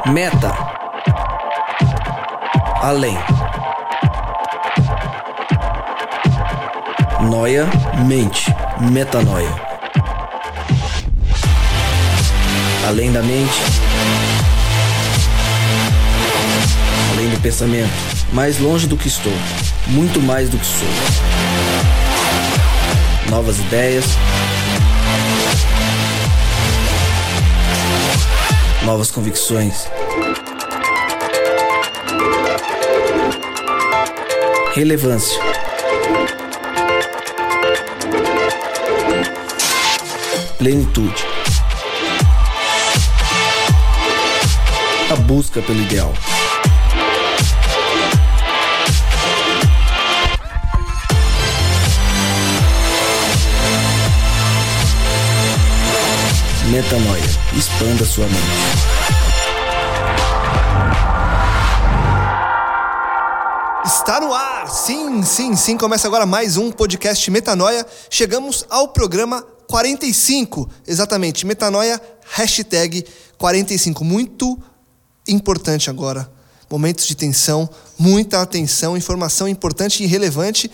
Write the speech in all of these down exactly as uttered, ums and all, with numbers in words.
Meta. Além. Noia, mente, metanoia. Além da mente, além do pensamento, mais longe do que estou, muito mais do que sou. Novas ideias, novas convicções. Relevância. Plenitude. A busca pelo ideal. Metanoia. Expanda sua mente. Está no ar! Sim, sim, sim. Começa agora mais um podcast Metanoia. Chegamos ao programa quarenta e cinco. Exatamente. Metanoia, hashtag quarenta e cinco. Muito importante agora. Momentos de tensão, muita atenção, informação importante e relevante.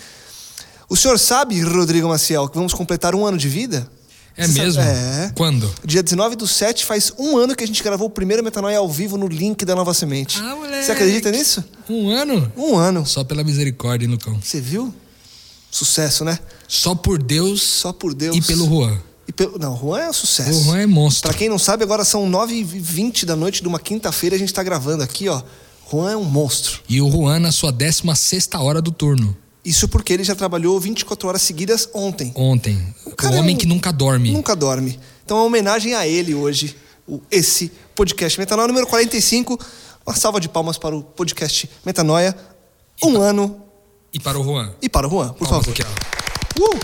O senhor sabe, Rodrigo Maciel, que vamos completar um ano de vida? É mesmo? É. Quando? Dia dezenove do sete, faz um ano que a gente gravou o primeiro Metanoia ao vivo no link da Nova Semente. Ah, moleque. Você acredita nisso? Um ano? Um ano. Só pela misericórdia, hein, Lucão? Você viu? Sucesso, né? Só por Deus. Só por Deus. E pelo Juan. E pelo... Não, o Juan é um sucesso. O Juan é monstro. Pra quem não sabe, agora são nove e vinte da noite de uma quinta-feira, a gente tá gravando aqui, ó. Juan é um monstro. E o Juan na sua décima sexta hora do turno. Isso porque ele já trabalhou vinte e quatro horas seguidas ontem. Ontem. O, cara o homem é um... que nunca dorme. Nunca dorme. Então é uma homenagem a ele hoje, o... esse podcast Metanoia número quarenta e cinco. Uma salva de palmas para o podcast Metanoia. Um pa... ano. E para o Juan. E para o Juan, por Palmas favor. Aqui, ó. Uh!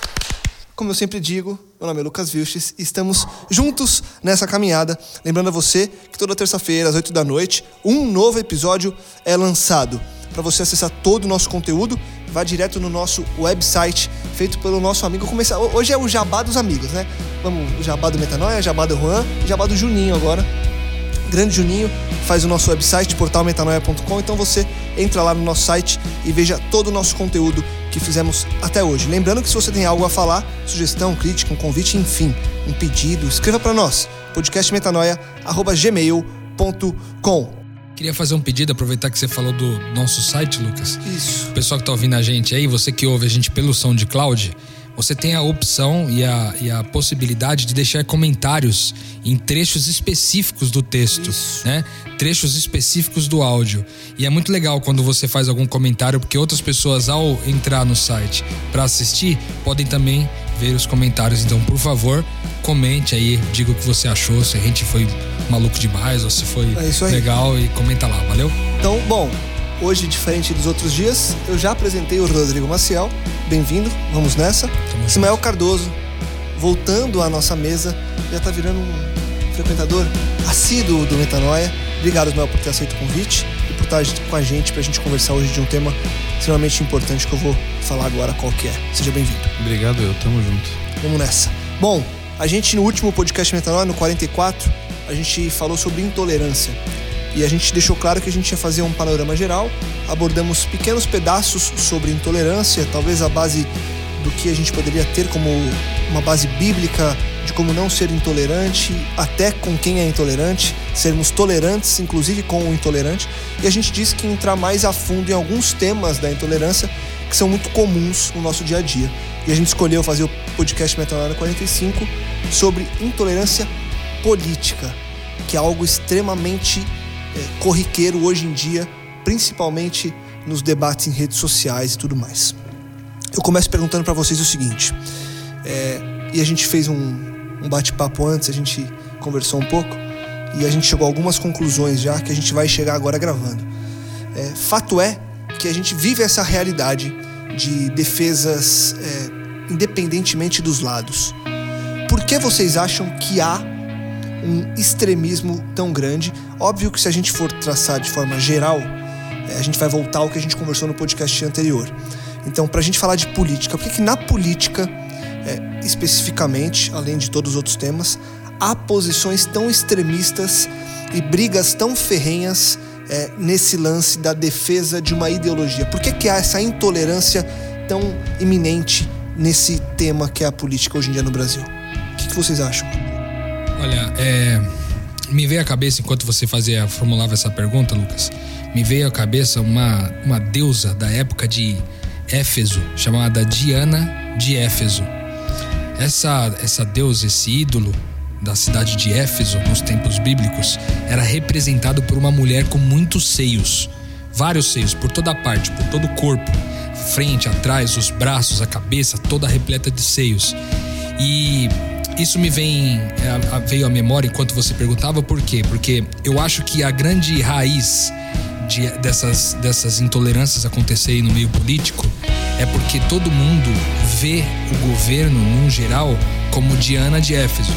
Como eu sempre digo, meu nome é Lucas Vilches e estamos juntos nessa caminhada. Lembrando a você que toda terça-feira, às oito da noite, um novo episódio é lançado. Para você acessar todo o nosso conteúdo, vá direto no nosso website, feito pelo nosso amigo. Começar... Hoje é o Jabá dos amigos, né? Vamos, o Jabá do Metanoia, Jabá do Juan e Jabá do Juninho agora. Grande Juninho faz o nosso website, portal metanoia ponto com. Então você entra lá no nosso site e veja todo o nosso conteúdo que fizemos até hoje. Lembrando que se você tem algo a falar, sugestão, crítica, um convite, enfim, um pedido, escreva para nós, podcast metanoia arroba gmail ponto com. Queria fazer um pedido, aproveitar que você falou do nosso site, Lucas. Isso. O pessoal que tá ouvindo a gente aí, você que ouve a gente pelo SoundCloud, você tem a opção e a, e a possibilidade de deixar comentários em trechos específicos do texto, Isso. né? Trechos específicos do áudio. E é muito legal quando você faz algum comentário, porque outras pessoas, ao entrar no site para assistir, podem também ver os comentários. Então, por favor, comente aí, diga o que você achou, se a gente foi maluco demais ou se foi é legal, e comenta lá, valeu? Então, bom, hoje, diferente dos outros dias, eu já apresentei o Rodrigo Maciel. Bem-vindo, vamos nessa. Tamo Ismael junto. Cardoso, voltando à nossa mesa, já tá virando um frequentador assíduo do Metanoia. Obrigado, Ismael, por ter aceito o convite e por estar com a gente pra gente conversar hoje de um tema extremamente importante que eu vou falar agora qual que é. Seja bem-vindo. Obrigado, eu. Tamo junto. Vamos nessa. Bom, a gente no último podcast Metanoia, no quarenta e quatro, a gente falou sobre intolerância. E a gente deixou claro que a gente ia fazer um panorama geral, abordamos pequenos pedaços sobre intolerância, talvez a base do que a gente poderia ter como uma base bíblica de como não ser intolerante, até com quem é intolerante, sermos tolerantes, inclusive com o intolerante. E a gente disse que entrar mais a fundo em alguns temas da intolerância que são muito comuns no nosso dia a dia. E a gente escolheu fazer o podcast Metanoia quarenta e cinco sobre intolerância política, que é algo extremamente É, corriqueiro hoje em dia, principalmente nos debates em redes sociais e tudo mais. Eu começo perguntando para vocês o seguinte, é, e a gente fez um, um bate-papo antes, a gente conversou um pouco e a gente chegou a algumas conclusões já que a gente vai chegar agora gravando. É, fato é que a gente vive essa realidade de defesas é, independentemente dos lados. Por que vocês acham que há um extremismo tão grande? Óbvio que se a gente for traçar de forma geral, a gente vai voltar ao que a gente conversou no podcast anterior. Então, para a gente falar de política, por que que na política, é, especificamente, além de todos os outros temas, há posições tão extremistas e brigas tão ferrenhas é, nesse lance da defesa de uma ideologia? Por que que há essa intolerância tão iminente nesse tema que é a política hoje em dia no Brasil? O que, que vocês acham? Olha, é, me veio à cabeça, enquanto você fazia, formulava essa pergunta, Lucas, me veio à cabeça uma, uma deusa da época de Éfeso, chamada Diana de Éfeso. Essa, essa deusa, esse ídolo da cidade de Éfeso, nos tempos bíblicos, era representado por uma mulher com muitos seios, vários seios, por toda parte, por todo o corpo, frente, atrás, os braços, a cabeça, toda repleta de seios. E isso me vem, veio à memória enquanto você perguntava, por quê? Porque eu acho que a grande raiz de, dessas, dessas intolerâncias acontecerem no meio político é porque todo mundo vê o governo, num geral, como Diana de Éfeso,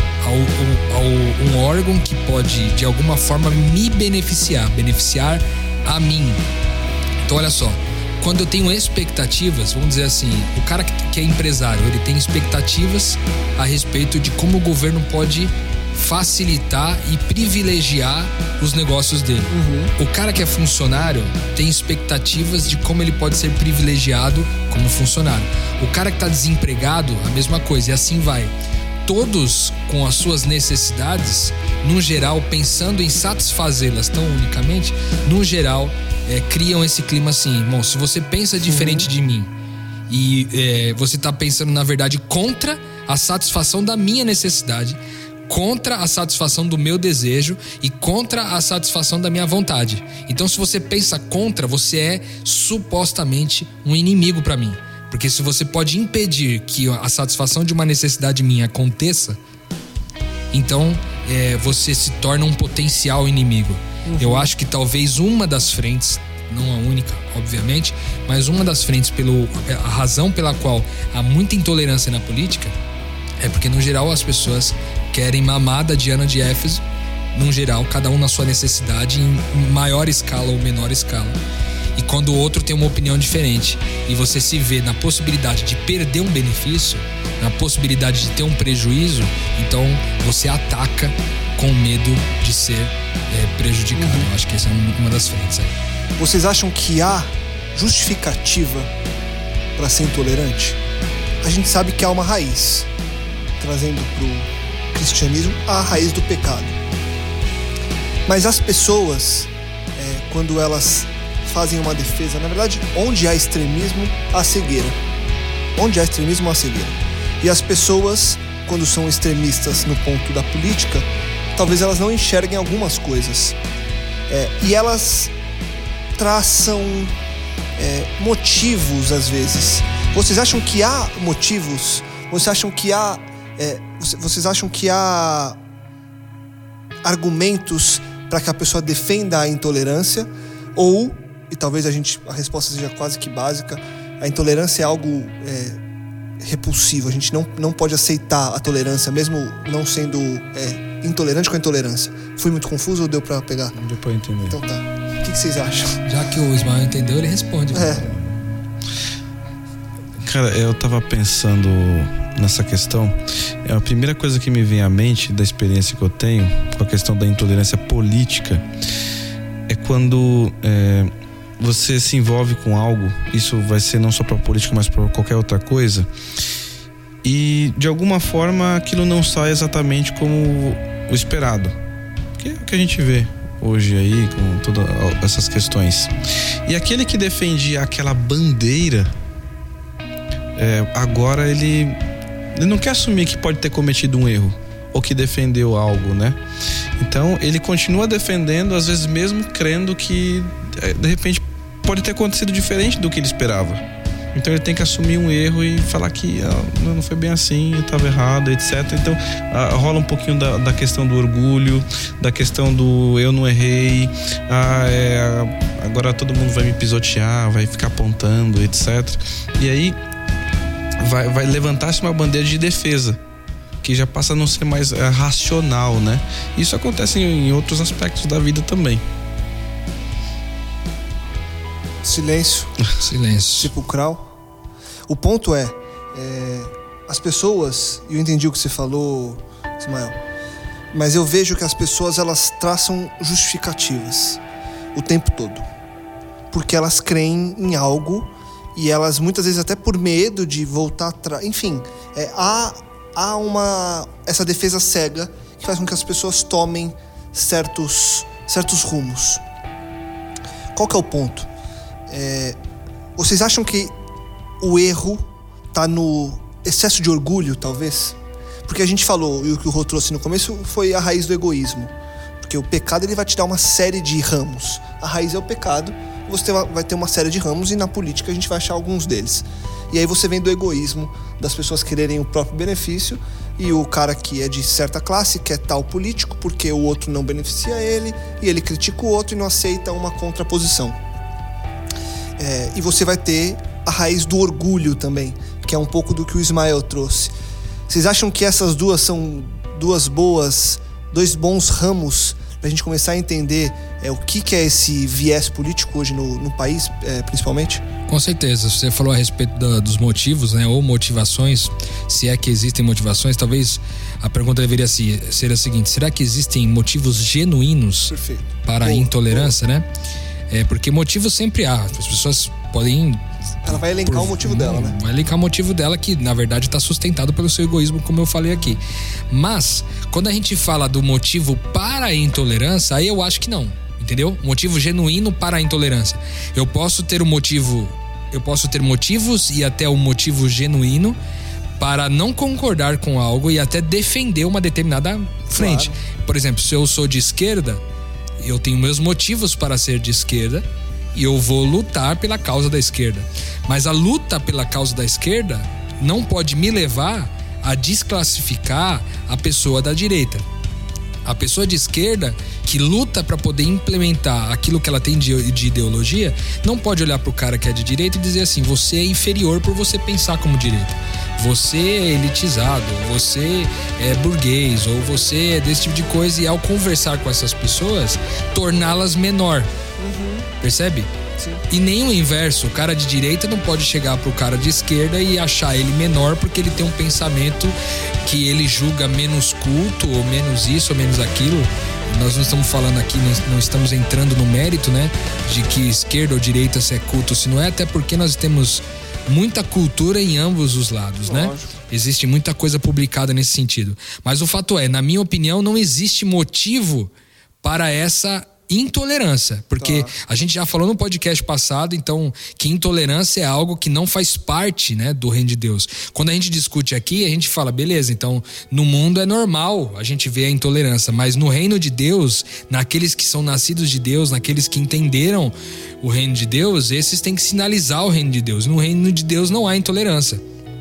ao, ao, um órgão que pode, de alguma forma, me beneficiar, beneficiar a mim. Então, olha só, quando eu tenho expectativas, vamos dizer assim, o cara que é empresário, ele tem expectativas a respeito de como o governo pode facilitar e privilegiar os negócios dele. Uhum. O cara que é funcionário tem expectativas de como ele pode ser privilegiado como funcionário. O cara que está desempregado, a mesma coisa, e assim vai. Todos com as suas necessidades, no geral, pensando em satisfazê-las tão unicamente, no geral, é, criam esse clima assim, bom, se você pensa diferente uhum. de mim e é, você está pensando, na verdade, contra a satisfação da minha necessidade, contra a satisfação do meu desejo e contra a satisfação da minha vontade. Então, se você pensa contra, você é supostamente um inimigo para mim. Porque se você pode impedir que a satisfação de uma necessidade minha aconteça, então é, você se torna um potencial inimigo. Uhum. Eu acho que talvez uma das frentes, não a única, obviamente, mas uma das frentes, pelo, a razão pela qual há muita intolerância na política, é porque, no geral, as pessoas querem mamar da Diana de Éfeso, no geral, cada um na sua necessidade, em maior escala ou menor escala. E quando o outro tem uma opinião diferente e você se vê na possibilidade de perder um benefício, na possibilidade de ter um prejuízo, então você ataca com medo de ser é, prejudicado. Uhum. Eu acho que essa é uma das frentes aí. Vocês acham que há justificativa para ser intolerante? A gente sabe que há uma raiz, trazendo para o cristianismo a raiz do pecado. Mas as pessoas, é, quando elas fazem uma defesa, na verdade, onde há extremismo, há cegueira. Onde há extremismo, há cegueira. E as pessoas, quando são extremistas no ponto da política, talvez elas não enxerguem algumas coisas. É, e elas traçam é, motivos, às vezes. Vocês acham que há motivos? Vocês acham que há... É, vocês acham que há argumentos para que a pessoa defenda a intolerância? Ou, e talvez a gente a resposta seja quase que básica, a intolerância é algo é, repulsivo. A gente não, não pode aceitar a tolerância, mesmo não sendo é, intolerante com a intolerância. Fui muito confuso ou deu para pegar? Não deu para entender. Então tá. O que, que vocês acham? Já que o Ismael entendeu, ele responde. É. Cara, eu tava pensando nessa questão. É a primeira coisa que me vem à mente da experiência que eu tenho com a questão da intolerância política é quando é, você se envolve com algo. Isso vai ser não só para política, mas para qualquer outra coisa, e de alguma forma aquilo não sai exatamente como o esperado, que é o que a gente vê hoje aí com todas essas questões. E aquele que defendia aquela bandeira, é, agora ele, ele não quer assumir que pode ter cometido um erro ou que defendeu algo, né? Então ele continua defendendo, às vezes mesmo crendo que de repente pode ter acontecido diferente do que ele esperava. Então ele tem que assumir um erro e falar que ah, não foi bem assim, eu estava errado, etcétera. Então ah, rola um pouquinho da, da questão do orgulho, da questão do eu não errei, ah, é, agora todo mundo vai me pisotear, vai ficar apontando, etcétera. E aí vai, vai levantar-se uma bandeira de defesa, que já passa a não ser mais é, racional, né? Isso acontece em, em outros aspectos da vida também. Silêncio. Silêncio. Sepulcral. O ponto é, é, as pessoas, e eu entendi o que você falou, Ismael, mas eu vejo que as pessoas elas traçam justificativas o tempo todo, porque elas creem em algo e elas muitas vezes até por medo de voltar atrás, enfim, é, há, há uma essa defesa cega que faz com que as pessoas tomem certos, certos rumos. Qual que é o ponto? É, vocês acham que o erro está no excesso de orgulho, talvez? Porque a gente falou, e o que o Rô trouxe no começo foi a raiz do egoísmo. Porque o pecado ele vai te dar uma série de ramos. A raiz é o pecado, você vai ter uma série de ramos e na política a gente vai achar alguns deles. E aí você vem do egoísmo, das pessoas quererem o próprio benefício, e o cara que é de certa classe quer tal político porque o outro não beneficia ele, e ele critica o outro e não aceita uma contraposição. É, e você vai ter a raiz do orgulho também, que é um pouco do que o Ismael trouxe. Vocês acham que essas duas são duas boas, dois bons ramos para a gente começar a entender é, o que, que é esse viés político hoje no, no país, é, principalmente? Com certeza. Você falou a respeito da, dos motivos, né, ou motivações, se é que existem motivações. Talvez a pergunta deveria ser a seguinte: será que existem motivos genuínos Perfeito. Para boa, a intolerância, boa. né? É, porque motivos sempre há. As pessoas podem... Ela vai elencar por, o motivo dela, né? Vai elencar o motivo dela, que na verdade está sustentado pelo seu egoísmo, como eu falei aqui. Mas, quando a gente fala do motivo para a intolerância, aí eu acho que não, entendeu? Motivo genuíno para a intolerância. Eu posso ter o motivo, eu posso ter motivos e até o motivo genuíno para não concordar com algo e até defender uma determinada frente. Claro. Por exemplo, se eu sou de esquerda, eu tenho meus motivos para ser de esquerda, e eu vou lutar pela causa da esquerda. Mas a luta pela causa da esquerda não pode me levar a desclassificar a pessoa da direita. A pessoa de esquerda que luta para poder implementar aquilo que ela tem de, de ideologia não pode olhar para o cara que é de direita e dizer assim: você é inferior por você pensar como direita, você é elitizado, você é burguês, ou você é desse tipo de coisa, e ao conversar com essas pessoas, torná-las menor. Uhum. Percebe? Sim. E nem o inverso. O cara de direita não pode chegar pro cara de esquerda e achar ele menor porque ele tem um pensamento que ele julga menos culto, ou menos isso, ou menos aquilo. Nós não estamos falando aqui, não estamos entrando no mérito, né, de que esquerda ou direita se é culto, se não é, até porque nós temos muita cultura em ambos os lados, Lógico. né? Existe muita coisa publicada nesse sentido. Mas o fato é, na minha opinião, não existe motivo para essa intolerância, porque tá. a gente já falou no podcast passado, então, que intolerância é algo que não faz parte, né, do reino de Deus. Quando a gente discute aqui, a gente fala, beleza, então no mundo é normal a gente ver a intolerância, mas no reino de Deus, naqueles que são nascidos de Deus, naqueles que entenderam o reino de Deus, esses têm que sinalizar o reino de Deus. No reino de Deus não há intolerância.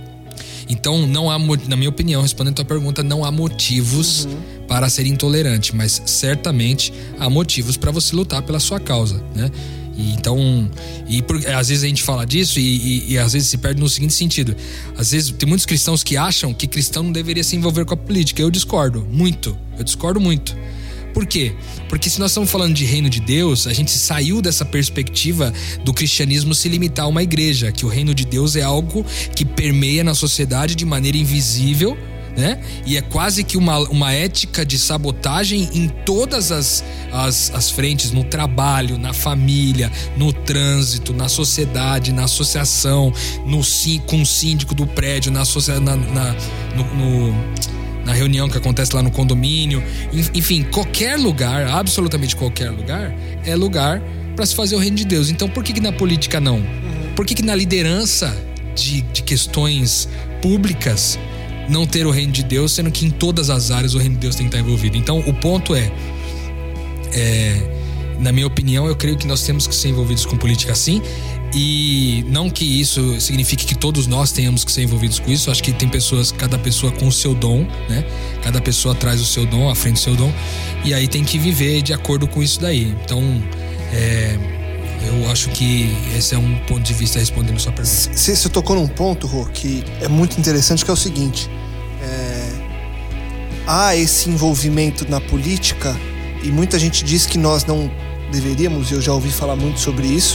Então, não há, na minha opinião, respondendo a tua pergunta, não há motivos uhum. para ser intolerante, mas certamente há motivos para você lutar pela sua causa, né? E então, e por, às vezes a gente fala disso e, e, e às vezes se perde no seguinte sentido: às vezes tem muitos cristãos que acham que cristão não deveria se envolver com a política. Eu discordo muito, eu discordo muito. Por quê? Porque se nós estamos falando de reino de Deus, a gente saiu dessa perspectiva do cristianismo se limitar a uma igreja, que o reino de Deus é algo que permeia na sociedade de maneira invisível, né? E é quase que uma, uma ética de sabotagem em todas as, as, as frentes, no trabalho, na família, no trânsito, na sociedade, na associação, no, com o síndico do prédio, na, na, na, no, no na reunião que acontece lá no condomínio, enfim, qualquer lugar, absolutamente qualquer lugar, é lugar para se fazer o reino de Deus. Então por que que na política não? Uhum. Por que que na liderança de, de questões públicas não ter o reino de Deus, sendo que em todas as áreas o reino de Deus tem que estar envolvido? Então o ponto é, é na minha opinião, eu creio que nós temos que ser envolvidos com política sim. E não que isso signifique que todos nós tenhamos que ser envolvidos com isso. Acho que tem pessoas, cada pessoa com o seu dom, né? Cada pessoa traz o seu dom, à frente do seu dom, e aí tem que viver de acordo com isso daí. Então, é, eu acho que esse é um ponto de vista respondendo a sua pergunta. Você tocou num ponto, Rô, que é muito interessante, que é o seguinte: é, há esse envolvimento na política, e muita gente diz que nós não deveríamos, eu já ouvi falar muito sobre isso.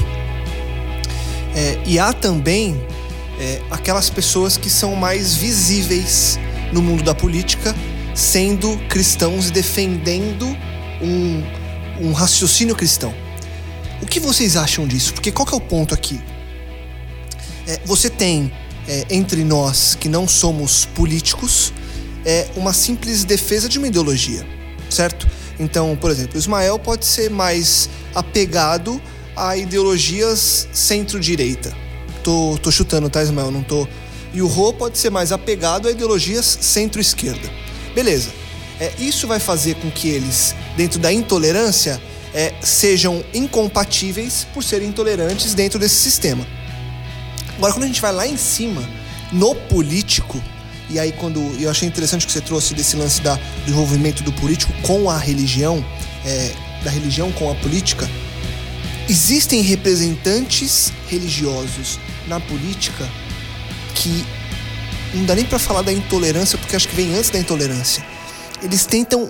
É, e há também é, aquelas pessoas que são mais visíveis no mundo da política, sendo cristãos e defendendo um, um raciocínio cristão. O que vocês acham disso? Porque qual que é o ponto aqui? É, você tem é, entre nós que não somos políticos é, uma simples defesa de uma ideologia, certo? Então, por exemplo, o Ismael pode ser mais apegado a ideologias centro-direita. Tô, tô chutando, tá, Ismael? Não tô... E o Rô pode ser mais apegado a ideologias centro-esquerda. Beleza. É, isso vai fazer com que eles, dentro da intolerância, é, sejam incompatíveis por serem intolerantes dentro desse sistema. Agora, quando a gente vai lá em cima, no político, e aí quando eu achei interessante que você trouxe desse lance da, do envolvimento do político com a religião, é, da religião com a política, existem representantes religiosos na política que não dá nem pra falar da intolerância, porque acho que vem antes da intolerância. Eles tentam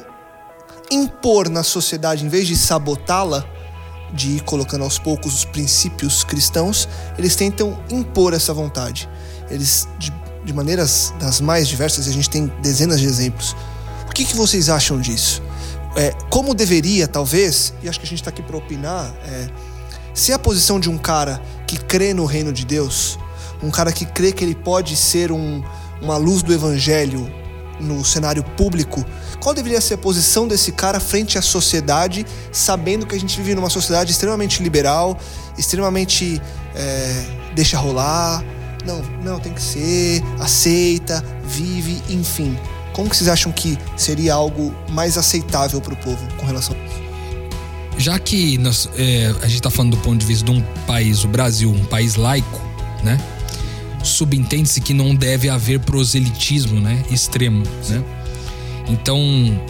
impor na sociedade, em vez de sabotá-la, de ir colocando aos poucos os princípios cristãos, eles tentam impor essa vontade. Eles, de, de maneiras das mais diversas, a gente tem dezenas de exemplos. O que, que vocês acham disso? É, como deveria, talvez, e acho que a gente está aqui para opinar, é, se a posição de um cara que crê no reino de Deus, um cara que crê que ele pode ser um, uma luz do evangelho no cenário público, qual deveria ser a posição desse cara frente à sociedade, sabendo que a gente vive numa sociedade extremamente liberal, extremamente é, deixa rolar, não, não, tem que ser, aceita, vive, enfim. Como que vocês acham que seria algo mais aceitável para o povo com relação a isso? Já que nós, é, a gente está falando do ponto de vista de um país, o Brasil, um país laico, né? Subentende-se que não deve haver proselitismo, né? Extremo, né? Então,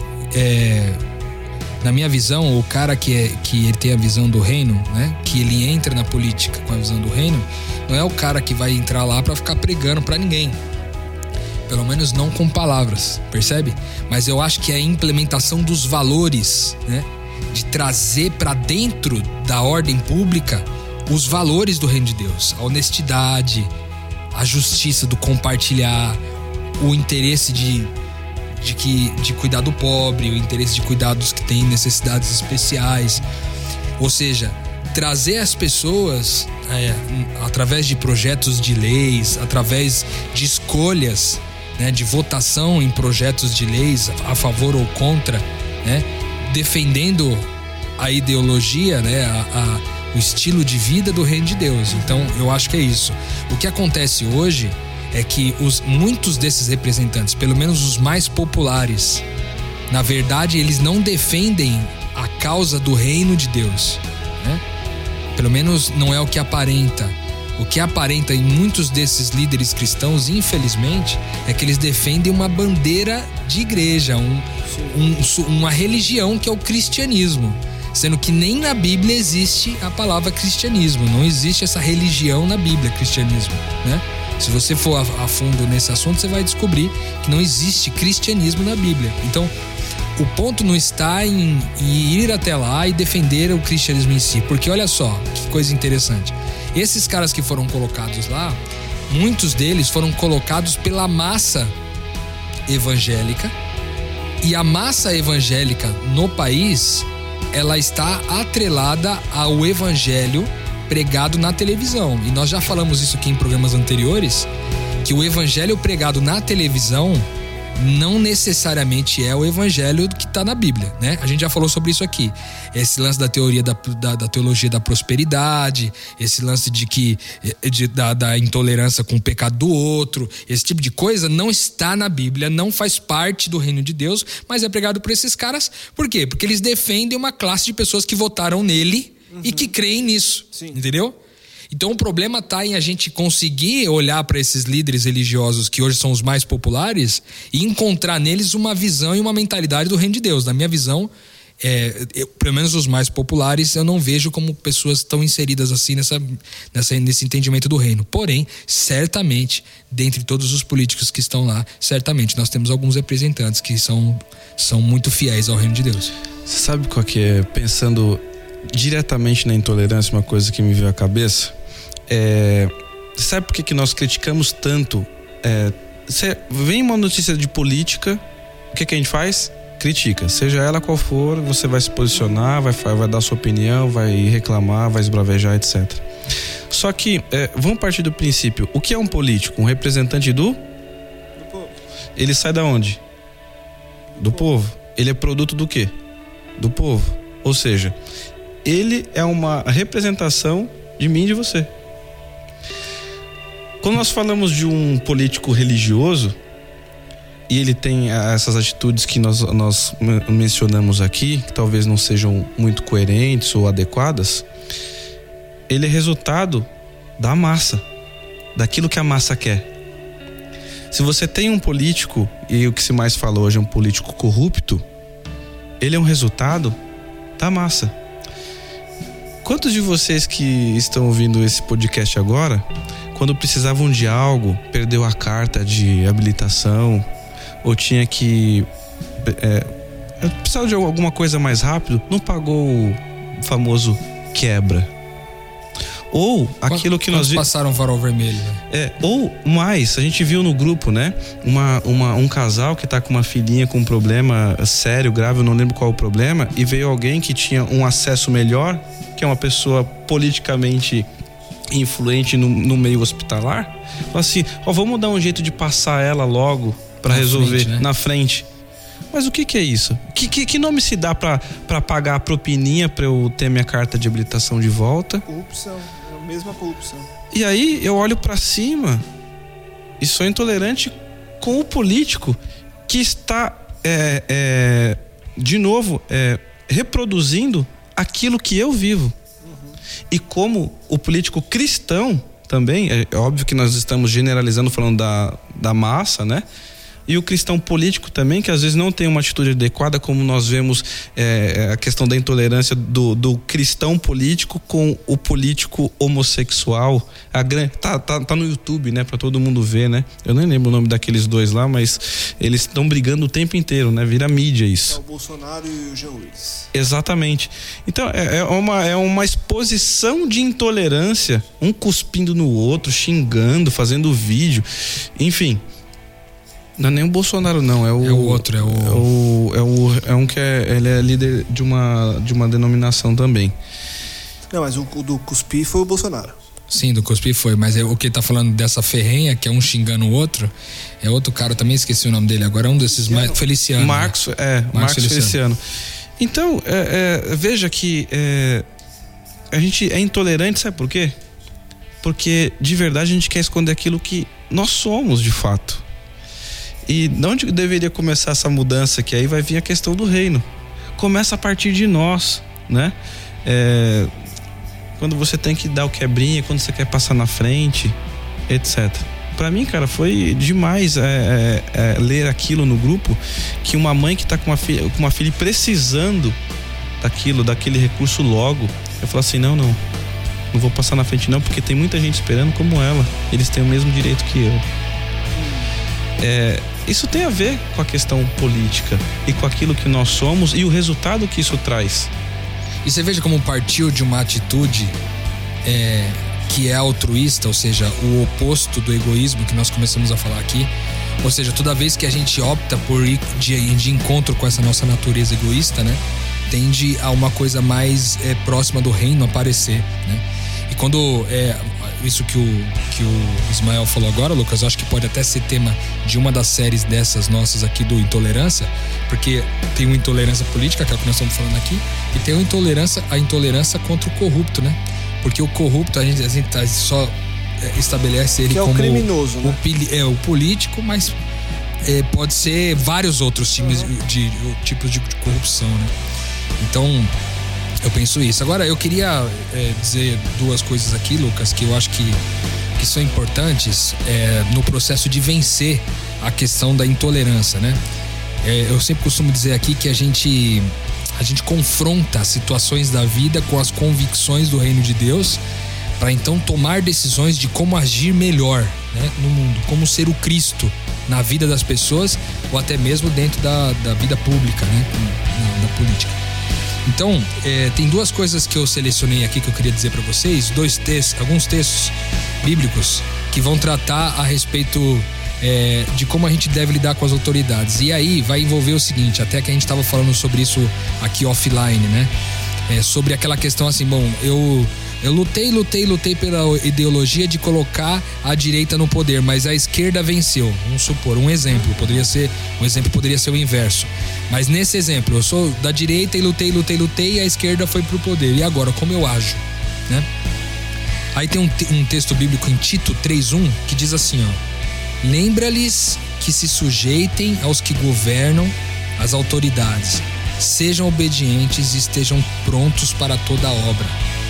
é, na minha visão, o cara que, é, que ele tem a visão do reino, né? Que ele entra na política com a visão do reino, não é o cara que vai entrar lá para ficar pregando para ninguém. Pelo menos não com palavras, percebe? Mas eu acho que é a implementação dos valores, né? De trazer para dentro da ordem pública os valores do reino de Deus, a honestidade, a justiça do compartilhar, o interesse de, de, que, de cuidar do pobre, o interesse de cuidar dos que têm necessidades especiais. Ou seja, trazer as pessoas é, através de projetos de leis, através de escolhas, né, de votação em projetos de leis a favor ou contra, né, defendendo a ideologia, né, a, a o estilo de vida do reino de Deus. Então eu acho que é isso. O que acontece hoje é que os, muitos desses representantes, pelo menos os mais populares, na verdade eles não defendem a causa do reino de Deus, né? Pelo menos não é o que aparenta. O que aparenta em muitos desses líderes cristãos, infelizmente, é que eles defendem uma bandeira de igreja, um, um, uma religião que é o cristianismo. Sendo que nem na Bíblia existe a palavra cristianismo, não existe essa religião na Bíblia, cristianismo, né? Se você for a, a fundo nesse assunto, você vai descobrir que não existe cristianismo na Bíblia. Então, o ponto não está em, em ir até lá e defender o cristianismo em si, porque olha só, que coisa interessante. Esses caras que foram colocados lá, muitos deles foram colocados pela massa evangélica, e a massa evangélica no país, ela está atrelada ao evangelho pregado na televisão. E nós já falamos isso aqui em programas anteriores, que o evangelho pregado na televisão não necessariamente é o evangelho que está na Bíblia, né? A gente já falou sobre isso aqui. Esse lance da teoria da, da, da teologia da prosperidade, esse lance de que de, da, da intolerância com o pecado do outro, esse tipo de coisa não está na Bíblia, não faz parte do reino de Deus, mas é pregado por esses caras. Por quê? Porque eles defendem uma classe de pessoas que votaram nele, uhum, e que creem nisso. Sim. Entendeu? Então o problema está em a gente conseguir olhar para esses líderes religiosos que hoje são os mais populares e encontrar neles uma visão e uma mentalidade do reino de Deus. Na minha visão, é, eu, pelo menos os mais populares, eu não vejo como pessoas tão inseridas assim nessa, nessa, nesse entendimento do reino. Porém, certamente, dentre todos os políticos que estão lá, certamente nós temos alguns representantes que são, são muito fiéis ao reino de Deus. Você sabe qual que é? Pensando diretamente na intolerância, uma coisa que me veio à cabeça, é, sabe por que, que nós criticamos tanto? É, cê, vem uma notícia de política o que, que a gente faz? Critica, seja ela qual for, você vai se posicionar, vai, vai dar sua opinião, vai reclamar, vai esbravejar, etcétera. Só que, é, vamos partir do princípio, o que é um político? Um representante do? Do povo. Ele sai da onde? Do, do povo. povo. Ele é produto do quê? Do povo. Ou seja, ele é uma representação de mim e de você. Quando nós falamos de um político religioso, e ele tem essas atitudes que nós, nós mencionamos aqui, que talvez não sejam muito coerentes ou adequadas, ele é resultado da massa, daquilo que a massa quer. Se você tem um político, e o que se mais fala hoje é um político corrupto, ele é um resultado da massa. Quantos de vocês que estão ouvindo esse podcast agora, quando precisavam de algo, perdeu a carta de habilitação, ou tinha que é, precisava de alguma coisa mais rápido, não pagou o famoso quebra? Ou aquilo que nós passaram farol vermelho, né? É, ou mais, a gente viu no grupo, né? Uma, uma, um casal que tá com uma filhinha com um problema sério, grave, eu não lembro qual o problema, e veio alguém que tinha um acesso melhor, que é uma pessoa politicamente influente no, no meio hospitalar. Falou assim, ó, vamos dar um jeito de passar ela logo para resolver frente, né? Na frente. Mas o que que é isso? Que, que, que nome se dá para pagar a propininha para eu ter minha carta de habilitação de volta? Corrupção, é a mesma corrupção. E aí eu olho para cima e sou intolerante com o político que está, é, é, de novo, é, reproduzindo aquilo que eu vivo. Uhum. E como o político cristão também, é óbvio que nós estamos generalizando, falando da, da massa, né? E o cristão político também, que às vezes não tem uma atitude adequada, como nós vemos é, a questão da intolerância do, do cristão político com o político homossexual. A, tá, tá, tá no YouTube, né? Pra todo mundo ver, né? Eu nem lembro o nome daqueles dois lá, mas eles estão brigando o tempo inteiro, né? Vira mídia isso. É o Bolsonaro e o Jean Willis. Exatamente. Então é, é, uma, é uma exposição de intolerância, um cuspindo no outro, xingando, fazendo vídeo, enfim. Não é nem o Bolsonaro, não. É o, é o outro, é o... É, o, é, o, é um que é, ele é líder de uma, de uma denominação também. Não, mas o, o do Cuspi foi o Bolsonaro. Sim, do Cuspi foi, mas é, o que tá falando dessa ferrenha, que é um xingando o outro, é outro cara, também esqueci o nome dele, agora é um desses mais... Feliciano. Marcos, né? é, Marcos, Marcos Feliciano. Feliciano. Então, é, é, veja que é, a gente é intolerante, sabe por quê? Porque, de verdade, a gente quer esconder aquilo que nós somos, de fato. E de onde deveria começar essa mudança? Que aí vai vir a questão do reino. Começa a partir de nós, né? É, quando você tem que dar o quebrinha, quando você quer passar na frente, etcétera. Pra mim, cara, foi demais é, é, é, ler aquilo no grupo, que uma mãe que tá com uma filha, com uma filha precisando daquilo, daquele recurso logo, eu falo assim, não, não, não vou passar na frente não, porque tem muita gente esperando como ela, eles têm o mesmo direito que eu. É, isso tem a ver com a questão política e com aquilo que nós somos e o resultado que isso traz. E você veja como partiu de uma atitude é, que é altruísta, ou seja, o oposto do egoísmo que nós começamos a falar aqui. Ou seja, toda vez que a gente opta por ir de, de encontro com essa nossa natureza egoísta, né, tende a uma coisa mais é, próxima do reino aparecer, né? E quando é, isso que o, que o Ismael falou agora, Lucas, eu acho que pode até ser tema de uma das séries dessas nossas aqui do Intolerância, porque tem uma intolerância política, que é o que nós estamos falando aqui, e tem a intolerância, a intolerância contra o corrupto, né? Porque o corrupto, a gente, a gente só estabelece ele que é como o criminoso, o, né? o, é, o político, mas é, pode ser vários outros tipos, uhum. de, de, tipos de corrupção, né? Então, eu penso isso. Agora, eu queria é, dizer duas coisas aqui, Lucas, que eu acho que, que são importantes é, no processo de vencer a questão da intolerância, né? É, eu sempre costumo dizer aqui que a gente, a gente confronta as situações da vida com as convicções do reino de Deus, para então tomar decisões de como agir melhor, né, no mundo, como ser o Cristo na vida das pessoas ou até mesmo dentro da, da vida pública, né, na, na política. Então, é, tem duas coisas que eu selecionei aqui que eu queria dizer para vocês, dois textos, alguns textos bíblicos que vão tratar a respeito é, de como a gente deve lidar com as autoridades. E aí vai envolver o seguinte, até que a gente estava falando sobre isso aqui offline, né? É, sobre aquela questão assim, bom, eu, eu lutei, lutei, lutei pela ideologia de colocar a direita no poder, mas a esquerda venceu. Vamos supor, um exemplo, poderia ser, um exemplo poderia ser o inverso. Mas nesse exemplo, eu sou da direita e lutei, lutei, lutei e a esquerda foi pro poder. E agora, como eu ajo, né? Aí tem um, um texto bíblico em Tito três um que diz assim, ó: lembra-lhes que se sujeitem aos que governam, as autoridades, sejam obedientes e estejam prontos para toda a obra.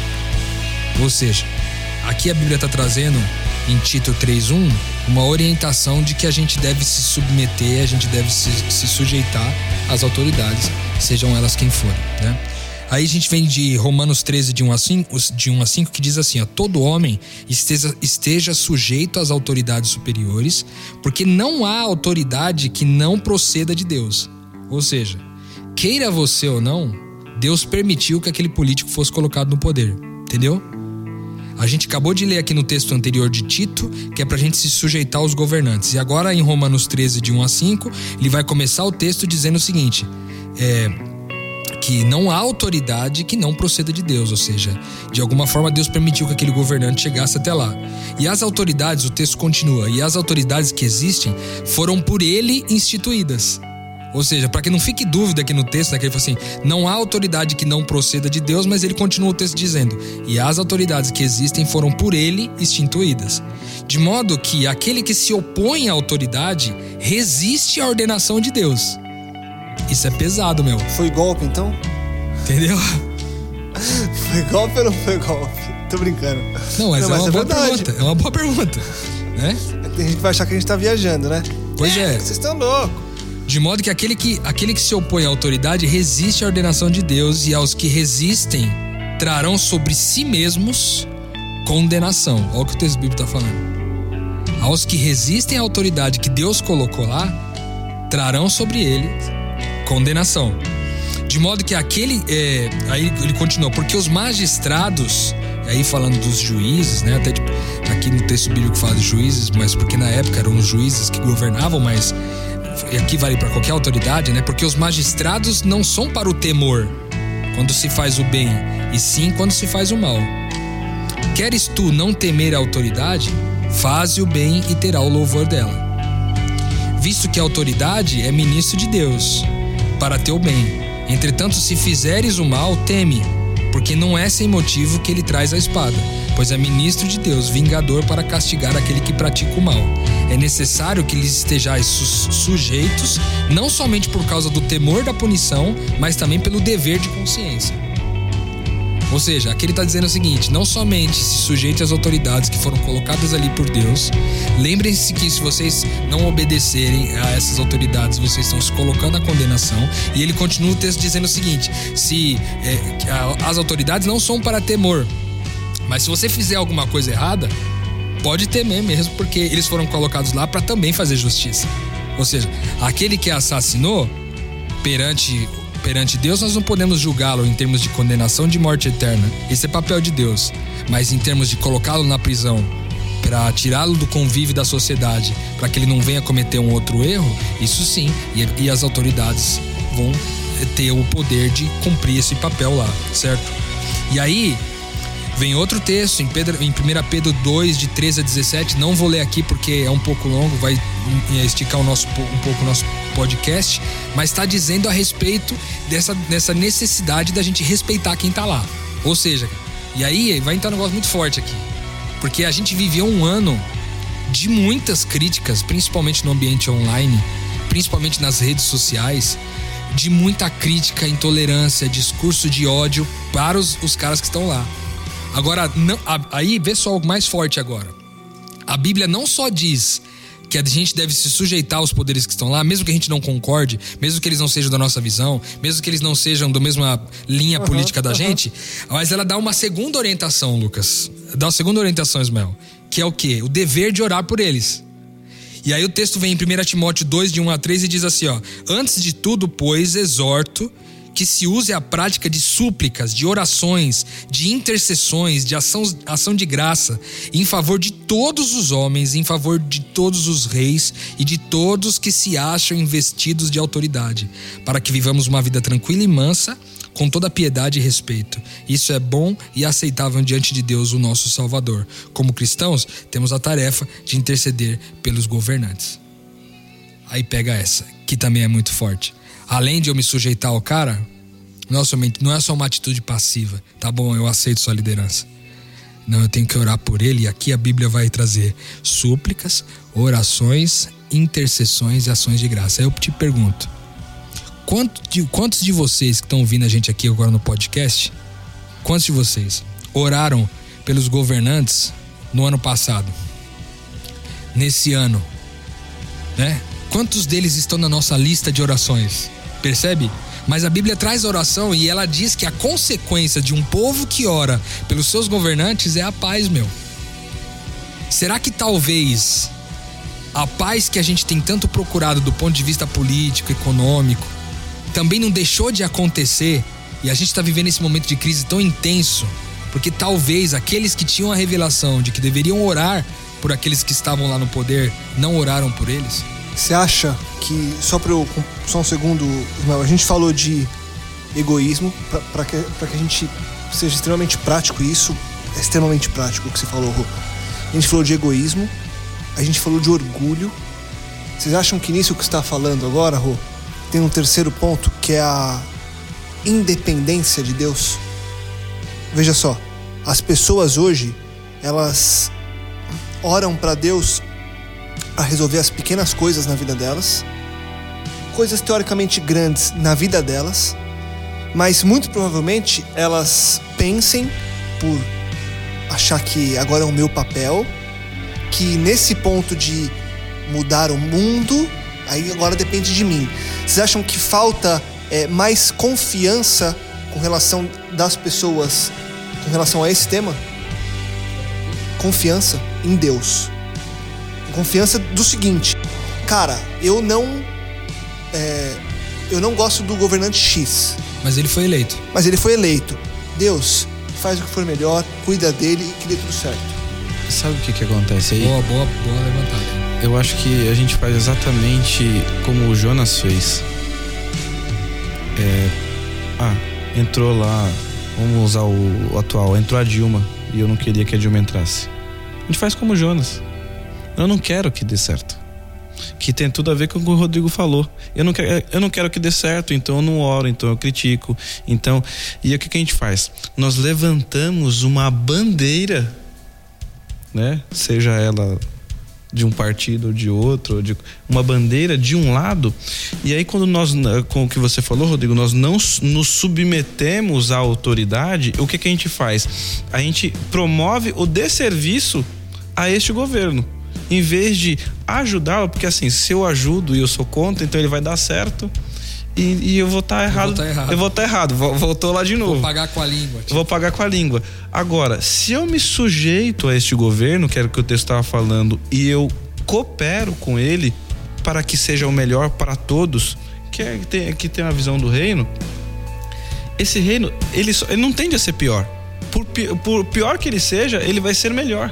Ou seja, aqui a Bíblia está trazendo em Tito três um uma orientação de que a gente deve se submeter, a gente deve se, se sujeitar às autoridades, sejam elas quem forem, né? Aí a gente vem de Romanos treze, de um a cinco, que diz assim, ó: todo homem esteja, esteja sujeito às autoridades superiores, porque não há autoridade que não proceda de Deus. Ou seja, queira você ou não, Deus permitiu que aquele político fosse colocado no poder, entendeu? A gente acabou de ler aqui no texto anterior de Tito, que é pra gente se sujeitar aos governantes. E agora em Romanos treze, de um a cinco, ele vai começar o texto dizendo o seguinte, é... que não há autoridade que não proceda de Deus, ou seja, de alguma forma Deus permitiu que aquele governante chegasse até lá. E as autoridades, o texto continua, e as autoridades que existem foram por ele instituídas. Ou seja, para que não fique dúvida aqui no texto, né, que ele fala assim, não há autoridade que não proceda de Deus, mas ele continua o texto dizendo, e as autoridades que existem foram por ele instituídas. De modo que aquele que se opõe à autoridade resiste à ordenação de Deus. Isso é pesado, meu. Foi golpe, então? Entendeu? Foi golpe ou não foi golpe? Tô brincando. Não, mas, não, é, mas uma é boa verdade. pergunta. É uma boa pergunta, né? Tem gente que vai achar que a gente tá viajando, né? Pois é. Vocês estão loucos. De modo que aquele, que aquele que se opõe à autoridade resiste à ordenação de Deus, e aos que resistem trarão sobre si mesmos condenação. Olha o que o texto bíblico tá falando. Aos que resistem à autoridade que Deus colocou lá, trarão sobre ele condenação. De modo que aquele... É, aí ele continua, porque os magistrados, aí falando dos juízes, né? Até tipo, aqui no texto bíblico fala de juízes, mas porque na época eram os juízes que governavam, mas aqui vale para qualquer autoridade, né? Porque os magistrados não são para o temor quando se faz o bem, e sim quando se faz o mal. Queres tu não temer a autoridade? Faze o bem e terá o louvor dela. Visto que a autoridade é ministro de Deus, para teu bem. Entretanto, se fizeres o mal, teme, porque não é sem motivo que ele traz a espada, pois é ministro de Deus, vingador para castigar aquele que pratica o mal. É necessário que lhes estejais su- sujeitos, não somente por causa do temor da punição, mas também pelo dever de consciência. Ou seja, aqui ele está dizendo o seguinte, não somente se sujeite às autoridades que foram colocadas ali por Deus, lembrem-se que se vocês não obedecerem a essas autoridades, vocês estão se colocando à condenação. E ele continua o texto dizendo o seguinte, se é, as autoridades não são para temor, mas se você fizer alguma coisa errada, pode temer mesmo, porque eles foram colocados lá para também fazer justiça. Ou seja, aquele que assassinou perante... Perante Deus, nós não podemos julgá-lo em termos de condenação de morte eterna. Esse é papel de Deus. Mas em termos de colocá-lo na prisão para tirá-lo do convívio da sociedade, para que ele não venha cometer um outro erro, isso sim. E, e as autoridades vão ter o poder de cumprir esse papel lá, certo? E aí vem outro texto em, Pedro, em primeira Pedro dois, de treze a dezessete. Não vou ler aqui porque é um pouco longo, vai esticar o nosso, um pouco o nosso podcast, mas está dizendo a respeito dessa, dessa necessidade da gente respeitar quem está lá. Ou seja, e aí vai entrar um negócio muito forte aqui, porque a gente viveu um ano de muitas críticas, principalmente no ambiente online, principalmente nas redes sociais, de muita crítica, intolerância, discurso de ódio para os, os caras que estão lá. Agora, não, aí vê só o mais forte agora. A Bíblia não só diz que a gente deve se sujeitar aos poderes que estão lá, mesmo que a gente não concorde, mesmo que eles não sejam da nossa visão, mesmo que eles não sejam da mesma linha uhum, política da uhum. gente, mas ela dá uma segunda orientação, Lucas. Dá uma segunda orientação, Ismael, que é o quê? O dever de orar por eles. E aí o texto vem em primeira Timóteo dois, de um a três, e diz assim, ó: antes de tudo, pois, exorto que se use a prática de súplicas, de orações, de intercessões, de ação, ação de graça, em favor de todos os homens, em favor de todos os reis e de todos que se acham investidos de autoridade, para que vivamos uma vida tranquila e mansa, com toda piedade e respeito. Isso é bom e aceitável diante de Deus, o nosso Salvador. Como cristãos, temos a tarefa de interceder pelos governantes. Aí pega essa, que também é muito forte. Além de eu me sujeitar ao cara, não é, somente, não é só uma atitude passiva. Tá bom, eu aceito sua liderança. Não, eu tenho que orar por ele, e aqui a Bíblia vai trazer súplicas, orações, intercessões e ações de graça. Aí eu te pergunto, quanto de, quantos de vocês que estão ouvindo a gente aqui agora no podcast, quantos de vocês oraram pelos governantes no ano passado? Nesse ano, né? Quantos deles estão na nossa lista de orações? Percebe? Mas a Bíblia traz a oração e ela diz que a consequência de um povo que ora pelos seus governantes é a paz, meu. Será que talvez a paz que a gente tem tanto procurado do ponto de vista político, econômico, também não deixou de acontecer e a gente está vivendo esse momento de crise tão intenso porque talvez aqueles que tinham a revelação de que deveriam orar por aqueles que estavam lá no poder não oraram por eles? Você acha que, só para eu, só um segundo, Ismael, a gente falou de egoísmo, para que, que a gente seja extremamente prático, e isso é extremamente prático o que você falou, Rô. A gente falou de egoísmo, a gente falou de orgulho. Vocês acham que nisso que você está falando agora, Rô, tem um terceiro ponto, que é a independência de Deus? Veja só, as pessoas hoje, elas oram para Deus a resolver as pequenas coisas na vida delas, coisas teoricamente grandes na vida delas, mas muito provavelmente elas pensem, por achar que agora é o meu papel, que nesse ponto de mudar o mundo, aí agora depende de mim. Vocês acham que falta é, mais confiança com relação das pessoas com relação a esse tema? Confiança em Deus. Confiança do seguinte: cara, eu não é, eu não gosto do governante X, mas ele foi eleito. Mas ele foi eleito. Deus, faz o que for melhor, cuida dele e que dê tudo certo. Sabe o que que acontece aí? Boa, boa, boa levantada. Eu acho que a gente faz exatamente como o Jonas fez. É, ah, entrou lá, vamos usar o, o atual, entrou a Dilma e eu não queria que a Dilma entrasse. A gente faz como o Jonas. Eu não quero que dê certo. Que tem tudo a ver com o que o Rodrigo falou. Eu não quero, eu não quero que dê certo, então eu não oro, então eu critico. Então, e o que, que a gente faz? Nós levantamos uma bandeira, né? Seja ela de um partido ou de outro, de uma bandeira de um lado. E aí quando nós, com o que você falou, Rodrigo, nós não nos submetemos à autoridade, o que, que a gente faz? A gente promove o desserviço a este governo, em vez de ajudá-lo, porque assim, se eu ajudo e eu sou contra, então ele vai dar certo e, e eu vou estar errado. Tá errado. Eu vou estar errado. Voltou lá de novo. Vou pagar com a língua. Tipo. Vou pagar com a língua. Agora, se eu me sujeito a este governo, que era o que o texto estava falando, e eu coopero com ele para que seja o melhor para todos, que é que tem, que tem a visão do reino, esse reino, ele, só, ele não tende a ser pior. Por, por pior que ele seja, ele vai ser melhor.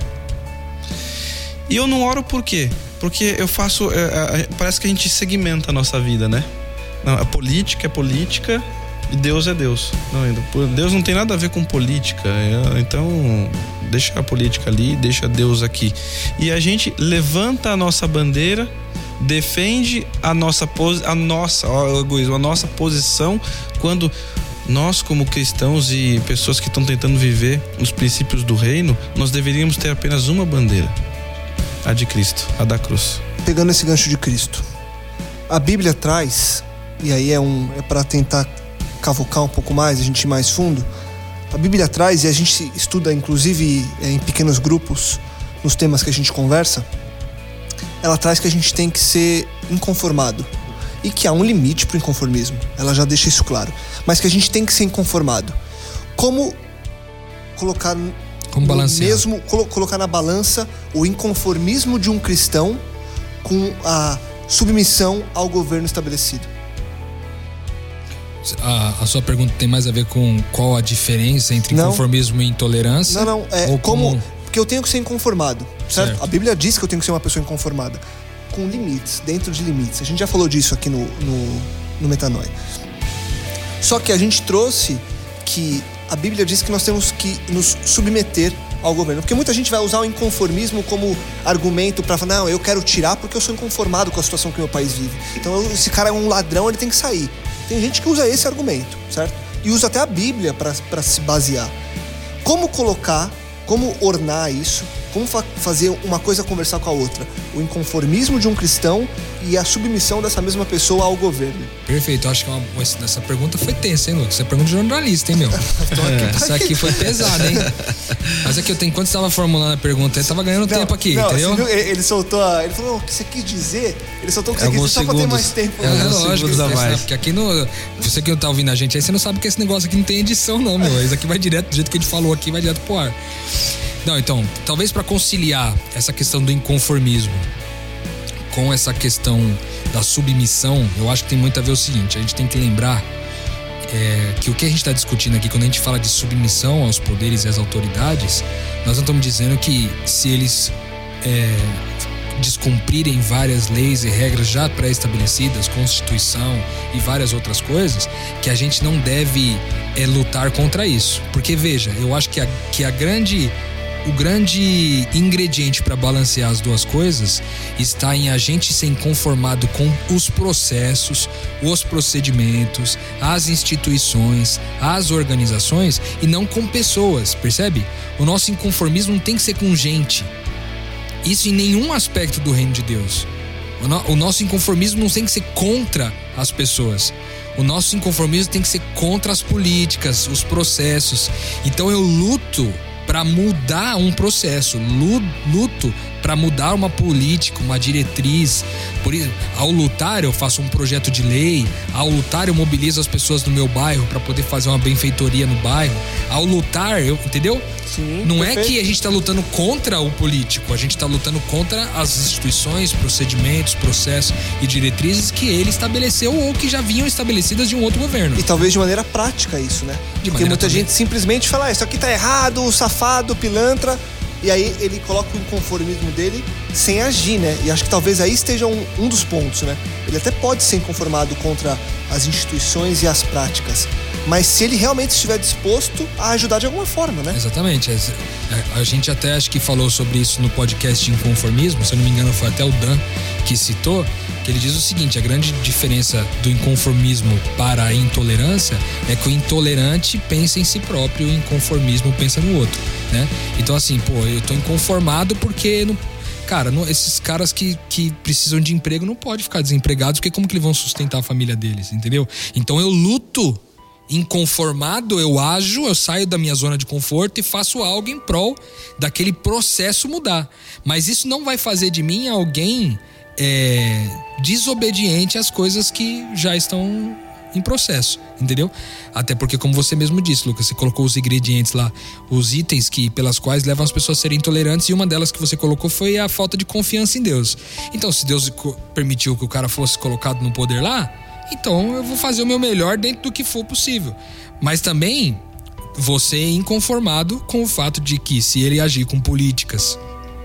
E eu não oro por quê? Porque eu faço... É, é, parece que a gente segmenta a nossa vida, né? Não, a política é política e Deus é Deus. Não, Deus não tem nada a ver com política. É, então, deixa a política ali, deixa Deus aqui. E a gente levanta a nossa bandeira, defende a nossa, a nossa, ó, egoísmo, a nossa posição, quando nós, como cristãos e pessoas que estão tentando viver os princípios do reino, nós deveríamos ter apenas uma bandeira. A de Cristo, a da cruz. Pegando esse gancho de Cristo, a Bíblia traz, e aí é, um, é para tentar cavucar um pouco mais, a gente ir mais fundo. A Bíblia traz, e a gente estuda inclusive em pequenos grupos, nos temas que a gente conversa, ela traz que a gente tem que ser inconformado. E que há um limite para o inconformismo, ela já deixa isso claro. Mas que a gente tem que ser inconformado. Como colocar... Como balancear. Mesmo colocar na balança o inconformismo de um cristão com a submissão ao governo estabelecido. A, a sua pergunta tem mais a ver com qual a diferença entre não. inconformismo e intolerância? Não, não. É ou como... como... Porque eu tenho que ser inconformado, certo? Certo. A Bíblia diz que eu tenho que ser uma pessoa inconformada. Com limites, dentro de limites. A gente já falou disso aqui no, no, no Metanoia. Só que a gente trouxe que a Bíblia diz que nós temos que nos submeter ao governo. Porque muita gente vai usar o inconformismo como argumento para falar, não, eu quero tirar porque eu sou inconformado com a situação que meu país vive. Então, esse cara é um ladrão, ele tem que sair. Tem gente que usa esse argumento, certo? E usa até a Bíblia para se basear. Como colocar, como ornar isso, como fa- fazer uma coisa conversar com a outra? O inconformismo de um cristão e a submissão dessa mesma pessoa ao governo. Perfeito, eu acho que uma, essa pergunta foi tensa, hein, Lucas? Essa pergunta de jornalista, hein, meu? É. Essa aqui foi pesada, hein? Mas é que eu tenho, enquanto você estava formulando a pergunta, ele tava ganhando não, tempo aqui, não, entendeu? Viu, ele soltou, a, ele falou, o que você quis dizer? Ele soltou o que você quis dizer só pra ter mais tempo. É, né? é lógico, a mais. Né? Porque aqui no... Você que não tá ouvindo a gente aí, você não sabe que esse negócio aqui não tem edição, não, meu. Isso aqui vai direto, do jeito que a gente falou aqui, vai direto pro ar. Não, então, talvez para conciliar essa questão do inconformismo com essa questão da submissão, eu acho que tem muito a ver o seguinte, a gente tem que lembrar é, que o que a gente está discutindo aqui, quando a gente fala de submissão aos poderes e às autoridades, nós não estamos dizendo que se eles é, descumprirem várias leis e regras já pré-estabelecidas, Constituição e várias outras coisas, que a gente não deve é, lutar contra isso. Porque, veja, eu acho que a, que a grande... O grande ingrediente para balancear as duas coisas está em a gente ser inconformado com os processos, os procedimentos, as instituições, as organizações e não com pessoas, percebe? O nosso inconformismo não tem que ser com gente. Isso em nenhum aspecto do reino de Deus. O, no, o nosso inconformismo não tem que ser contra as pessoas. O nosso inconformismo tem que ser contra as políticas, os processos. Então eu luto para mudar um processo, luto para mudar uma política, uma diretriz. Por isso, ao lutar eu faço um projeto de lei, ao lutar eu mobilizo as pessoas do meu bairro para poder fazer uma benfeitoria no bairro. Ao lutar, eu, entendeu? Sim, não perfeito. É que a gente está lutando contra o político, a gente está lutando contra as instituições, procedimentos, processos e diretrizes que ele estabeleceu ou que já vinham estabelecidas de um outro governo. E talvez de maneira prática isso, né? De Porque muita também. gente simplesmente fala, ah, isso aqui tá errado, safado, pilantra, e aí ele coloca o inconformismo dele sem agir, né? E acho que talvez aí esteja um, um dos pontos, né? Ele até pode ser inconformado contra as instituições e as práticas, mas se ele realmente estiver disposto a ajudar de alguma forma, né? Exatamente. A gente até acho que falou sobre isso no podcast de inconformismo, se eu não me engano foi até o Dan que citou, que ele diz o seguinte, a grande diferença do inconformismo para a intolerância é que o intolerante pensa em si próprio e o inconformismo pensa no outro, né? Então assim, pô, eu tô inconformado porque... Não, cara, não, esses caras que, que precisam de emprego não podem ficar desempregados, porque como que eles vão sustentar a família deles, entendeu? Então eu luto inconformado, eu ajo, eu saio da minha zona de conforto e faço algo em prol daquele processo mudar. Mas isso não vai fazer de mim alguém é, desobediente às coisas que já estão em processo, entendeu? Até porque, como você mesmo disse, Lucas, você colocou os ingredientes lá, os itens que, pelas quais levam as pessoas a serem intolerantes, e uma delas que você colocou foi a falta de confiança em Deus. Então, se Deus permitiu que o cara fosse colocado no poder lá, então eu vou fazer o meu melhor dentro do que for possível. Mas também você é inconformado com o fato de que, se ele agir com políticas,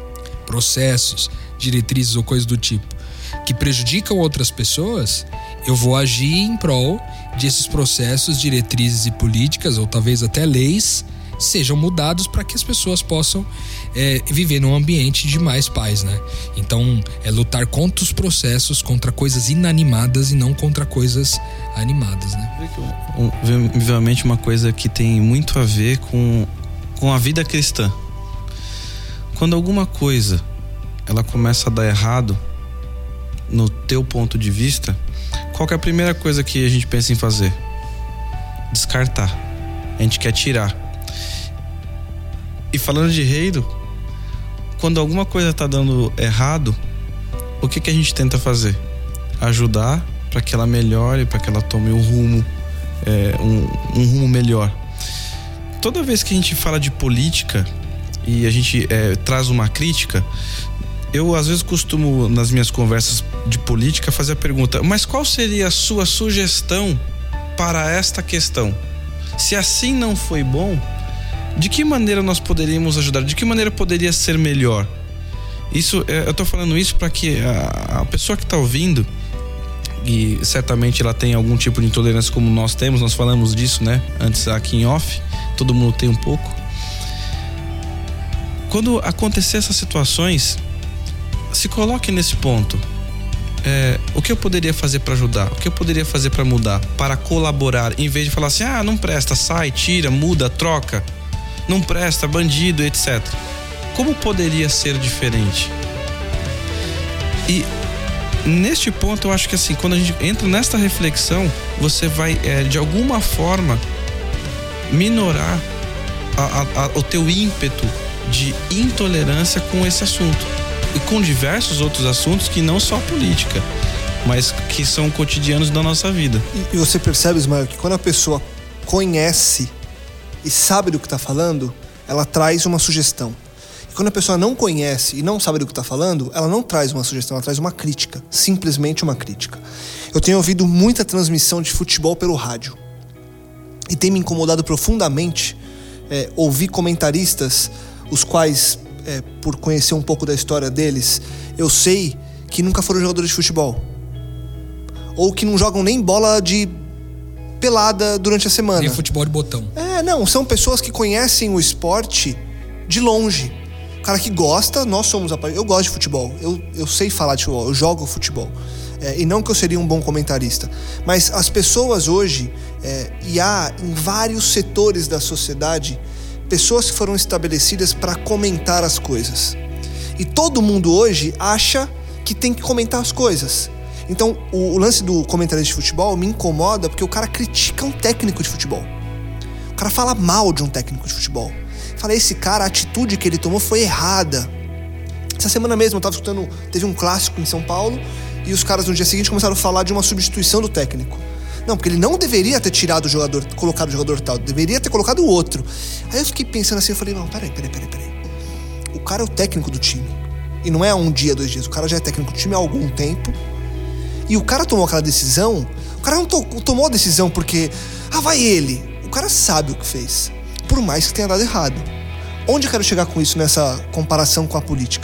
processos, diretrizes ou coisas do tipo que prejudicam outras pessoas, eu vou agir em prol desses processos, diretrizes e políticas, ou talvez até leis, sejam mudados para que as pessoas possam é, viver num ambiente de mais paz, né? Então, é lutar contra os processos, contra coisas inanimadas e não contra coisas animadas, né? Vivamente uma coisa que tem muito a ver com, com a vida cristã. Quando alguma coisa ela começa a dar errado no teu ponto de vista, qual que é a primeira coisa que a gente pensa em fazer? Descartar. A gente quer tirar. E falando de reino, quando alguma coisa tá dando errado, o que que a gente tenta fazer? Ajudar para que ela melhore, para que ela tome um rumo, é, um, um rumo melhor. Toda vez que a gente fala de política e a gente é, traz uma crítica, eu às vezes costumo, nas minhas conversas de política, fazer a pergunta, mas qual seria a sua sugestão para esta questão. Se assim não foi bom, de que maneira nós poderíamos ajudar? De que maneira poderia ser melhor? Isso, eu tô falando isso para que a, a pessoa que tá ouvindo, e certamente ela tem algum tipo de intolerância como nós temos, nós falamos disso, né? Antes aqui em off, todo mundo tem um pouco. Quando acontecer essas situações, se coloque nesse ponto. É, o que eu poderia fazer para ajudar? O que eu poderia fazer para mudar? Para colaborar, em vez de falar assim, ah, não presta, sai, tira, muda, troca, não presta, bandido, etcétera. Como poderia ser diferente? E neste ponto eu acho que assim, quando a gente entra nesta reflexão, você vai é, de alguma forma minorar a, a, a, o teu ímpeto de intolerância com esse assunto e com diversos outros assuntos que não só a política, mas que são cotidianos da nossa vida. E, e você percebe, Ismael, que quando a pessoa conhece e sabe do que está falando, ela traz uma sugestão. E quando a pessoa não conhece e não sabe do que está falando, ela não traz uma sugestão, ela traz uma crítica, simplesmente uma crítica. Eu tenho ouvido muita transmissão de futebol pelo rádio e tem me incomodado profundamente é, ouvir comentaristas, os quais, é, por conhecer um pouco da história deles, eu sei que nunca foram jogadores de futebol ou que não jogam nem bola de pelada durante a semana. Nem futebol de botão. É, não, são pessoas que conhecem o esporte de longe. O cara que gosta, nós somos... Eu gosto de futebol, eu, eu sei falar de futebol, eu jogo futebol. É, e não que eu seria um bom comentarista. Mas as pessoas hoje, é, e há em vários setores da sociedade, pessoas que foram estabelecidas para comentar as coisas. E todo mundo hoje acha que tem que comentar as coisas. Então, o, o lance do comentarista de futebol me incomoda porque o cara critica um técnico de futebol. O cara fala mal de um técnico de futebol. Fala, esse cara, a atitude que ele tomou foi errada. Essa semana mesmo eu tava escutando, teve um clássico em São Paulo e os caras no dia seguinte começaram a falar de uma substituição do técnico. Não, porque ele não deveria ter tirado o jogador, colocado o jogador tal, deveria ter colocado o outro. Aí eu fiquei pensando assim, eu falei, não, peraí, peraí, peraí, peraí. O cara é o técnico do time. E não é há um dia, dois dias. O cara já é técnico do time há algum tempo. E o cara tomou aquela decisão. O cara não to- tomou a decisão porque, ah, vai ele. O cara sabe o que fez. Por mais que tenha dado errado. Onde eu quero chegar com isso nessa comparação com a política?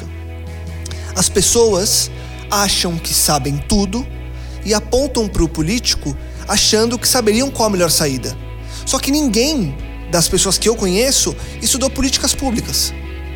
As pessoas acham que sabem tudo e apontam para o político achando que saberiam qual a melhor saída. Só que ninguém das pessoas que eu conheço estudou políticas públicas.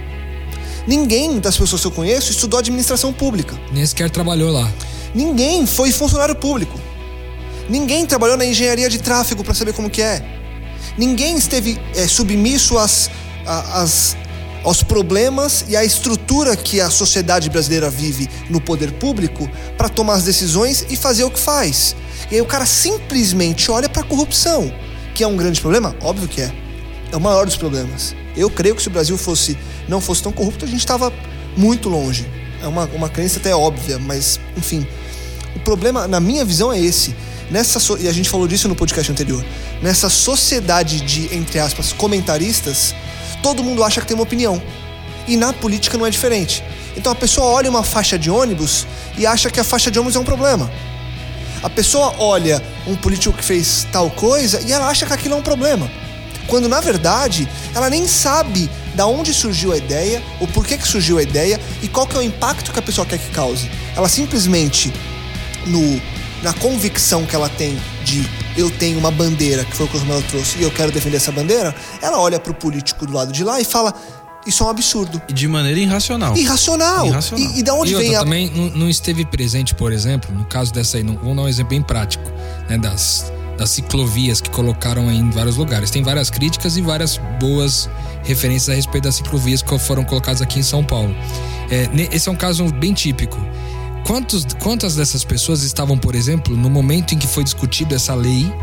Ninguém das pessoas que eu conheço estudou administração pública. Nem sequer trabalhou lá. Ninguém foi funcionário público. Ninguém trabalhou na engenharia de tráfego para saber como que é. Ninguém esteve é, submisso às, às, aos problemas e à estrutura que a sociedade brasileira vive no poder público para tomar as decisões e fazer o que faz. E aí o cara simplesmente olha para a corrupção, que é um grande problema? Óbvio que é. É o maior dos problemas. Eu creio que se o Brasil fosse, não fosse tão corrupto, a gente estava muito longe. É uma, uma crença até óbvia, mas, enfim. O problema, na minha visão, é esse. Nessa so... E a gente falou disso no podcast anterior. Nessa sociedade de, entre aspas, comentaristas, todo mundo acha que tem uma opinião. E na política não é diferente. Então a pessoa olha uma faixa de ônibus e acha que a faixa de ônibus é um problema. A pessoa olha um político que fez tal coisa e ela acha que aquilo é um problema. Quando, na verdade, ela nem sabe da onde surgiu a ideia, o porquê que surgiu a ideia e qual que é o impacto que a pessoa quer que cause. Ela simplesmente, no, na convicção que ela tem de eu tenho uma bandeira, que foi o que o Romero trouxe, e eu quero defender essa bandeira, ela olha pro político do lado de lá e fala, isso é um absurdo. E de maneira irracional. Irracional. Irracional. E, e da onde e vem outra, a... também não, não esteve presente, por exemplo, no caso dessa aí, não, vamos dar um exemplo bem prático, né, das... das ciclovias que colocaram em vários lugares. Tem várias críticas e várias boas referências a respeito das ciclovias que foram colocadas aqui em São Paulo. É, esse é um caso bem típico. Quantos, quantas dessas pessoas estavam, por exemplo, no momento em que foi discutida essa lei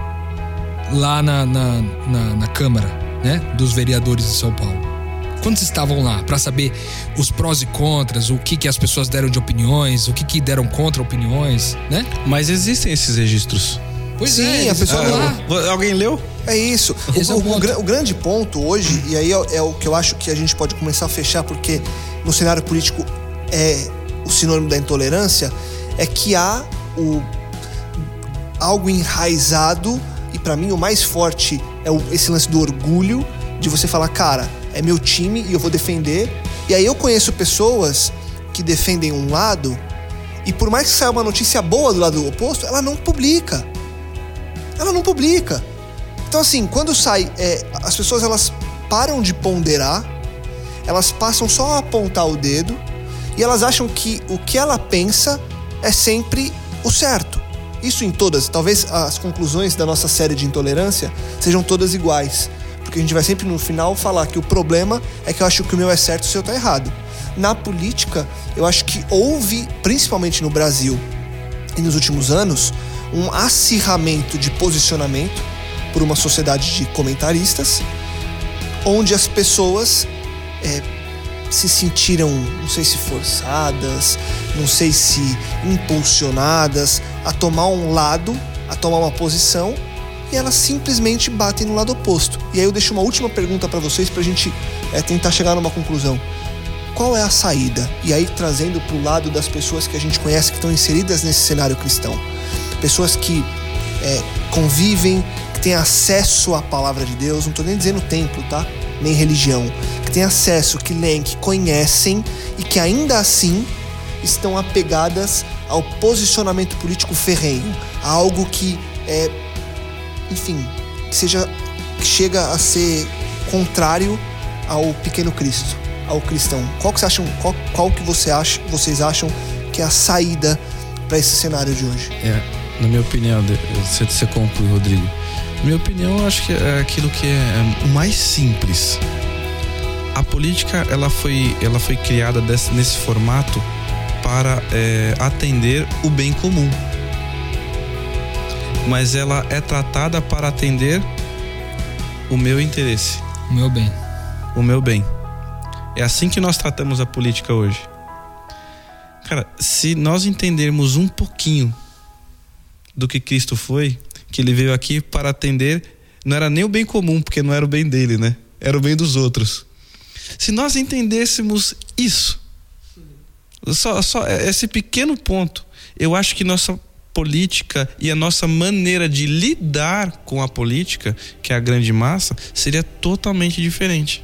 lá na, na, na, na Câmara, né, dos vereadores de São Paulo? Quantos estavam lá para saber os prós e contras, o que, que as pessoas deram de opiniões, o que, que deram contra opiniões, né? Mas existem esses registros. Pois Sim, é, a pessoa ah, não... Alguém leu? É isso. Esse O, é o o, ponto. o, o grande ponto hoje, e aí é, é o que eu acho que a gente pode começar a fechar, porque no cenário político é o sinônimo da intolerância, é que há o, algo enraizado e pra mim o mais forte é o, esse lance do orgulho, de você falar, cara, é meu time e eu vou defender. E aí eu conheço pessoas que defendem um lado e por mais que saia uma notícia boa do lado oposto, ela não publica. Ela não publica. Então assim, quando sai, é, as pessoas elas param de ponderar, elas passam só a apontar o dedo e elas acham que o que ela pensa é sempre o certo. Isso em todas, talvez as conclusões da nossa série de intolerância sejam todas iguais, porque a gente vai sempre no final falar que o problema é que eu acho que o meu é certo e o seu tá errado. Na política, eu acho que houve, principalmente no Brasil e nos últimos anos, um acirramento de posicionamento por uma sociedade de comentaristas, onde as pessoas é, se sentiram, não sei se forçadas, não sei se impulsionadas a tomar um lado, a tomar uma posição, e elas simplesmente batem no lado oposto. E aí eu deixo uma última pergunta para vocês pra gente é, tentar chegar numa conclusão. Qual é a saída? E aí trazendo pro lado das pessoas que a gente conhece que estão inseridas nesse cenário cristão. Pessoas que é, convivem, que têm acesso à palavra de Deus, não tô nem dizendo templo, tá? Nem religião. Que têm acesso, que leem, que conhecem e que ainda assim estão apegadas ao posicionamento político ferrenho, a algo que é, enfim, que seja, que chega a ser contrário ao pequeno Cristo, ao cristão. Qual que, você acham, qual, qual que você acha, vocês acham que é a saída para esse cenário de hoje? É, na minha opinião, você, você conclui, Rodrigo. Na minha opinião, eu acho que é aquilo que é o mais simples. A política, ela foi, ela foi criada desse, nesse formato para é, atender o bem comum. Mas ela é tratada para atender o meu interesse. O meu bem. O meu bem. É assim que nós tratamos a política hoje. Cara, se nós entendermos um pouquinho do que Cristo foi, que ele veio aqui para atender, não era nem o bem comum, porque não era o bem dele, né? Era o bem dos outros. Se nós entendêssemos isso, só, só esse pequeno ponto, eu acho que nossa política e a nossa maneira de lidar com a política, que é a grande massa, seria totalmente diferente.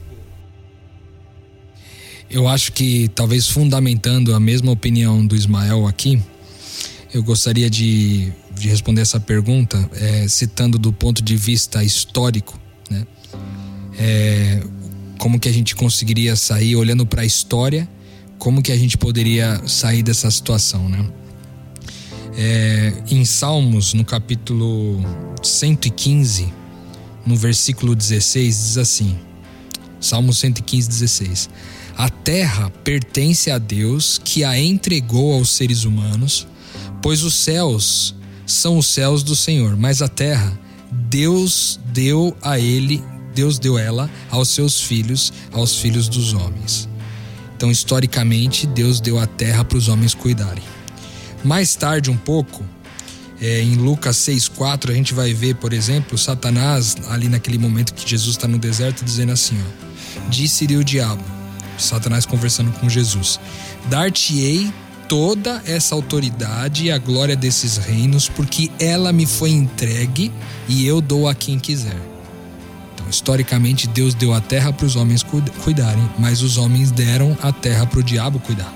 Eu acho que, talvez fundamentando a mesma opinião do Ismael aqui, eu gostaria de, de responder essa pergunta é, citando do ponto de vista histórico, né? É, como que a gente conseguiria sair, olhando para a história, como que a gente poderia sair dessa situação, né? É, em Salmos, no capítulo cento e quinze, no versículo dezesseis, diz assim, Salmos cento e quinze, dezesseis: a terra pertence a Deus, que a entregou aos seres humanos, pois os céus são os céus do Senhor, mas a terra Deus deu a ele, Deus deu ela aos seus filhos, aos filhos dos homens. Então, historicamente, Deus deu a terra para os homens cuidarem. Mais tarde um pouco, é, em Lucas seis, quatro, a gente vai ver, por exemplo, Satanás, ali naquele momento que Jesus está no deserto, dizendo assim, ó, disse-lhe o diabo, Satanás conversando com Jesus, dar-te-ei toda essa autoridade e a glória desses reinos, porque ela me foi entregue e eu dou a quem quiser. Então, historicamente, Deus deu a terra para os homens cuidarem, mas os homens deram a terra para o diabo cuidar.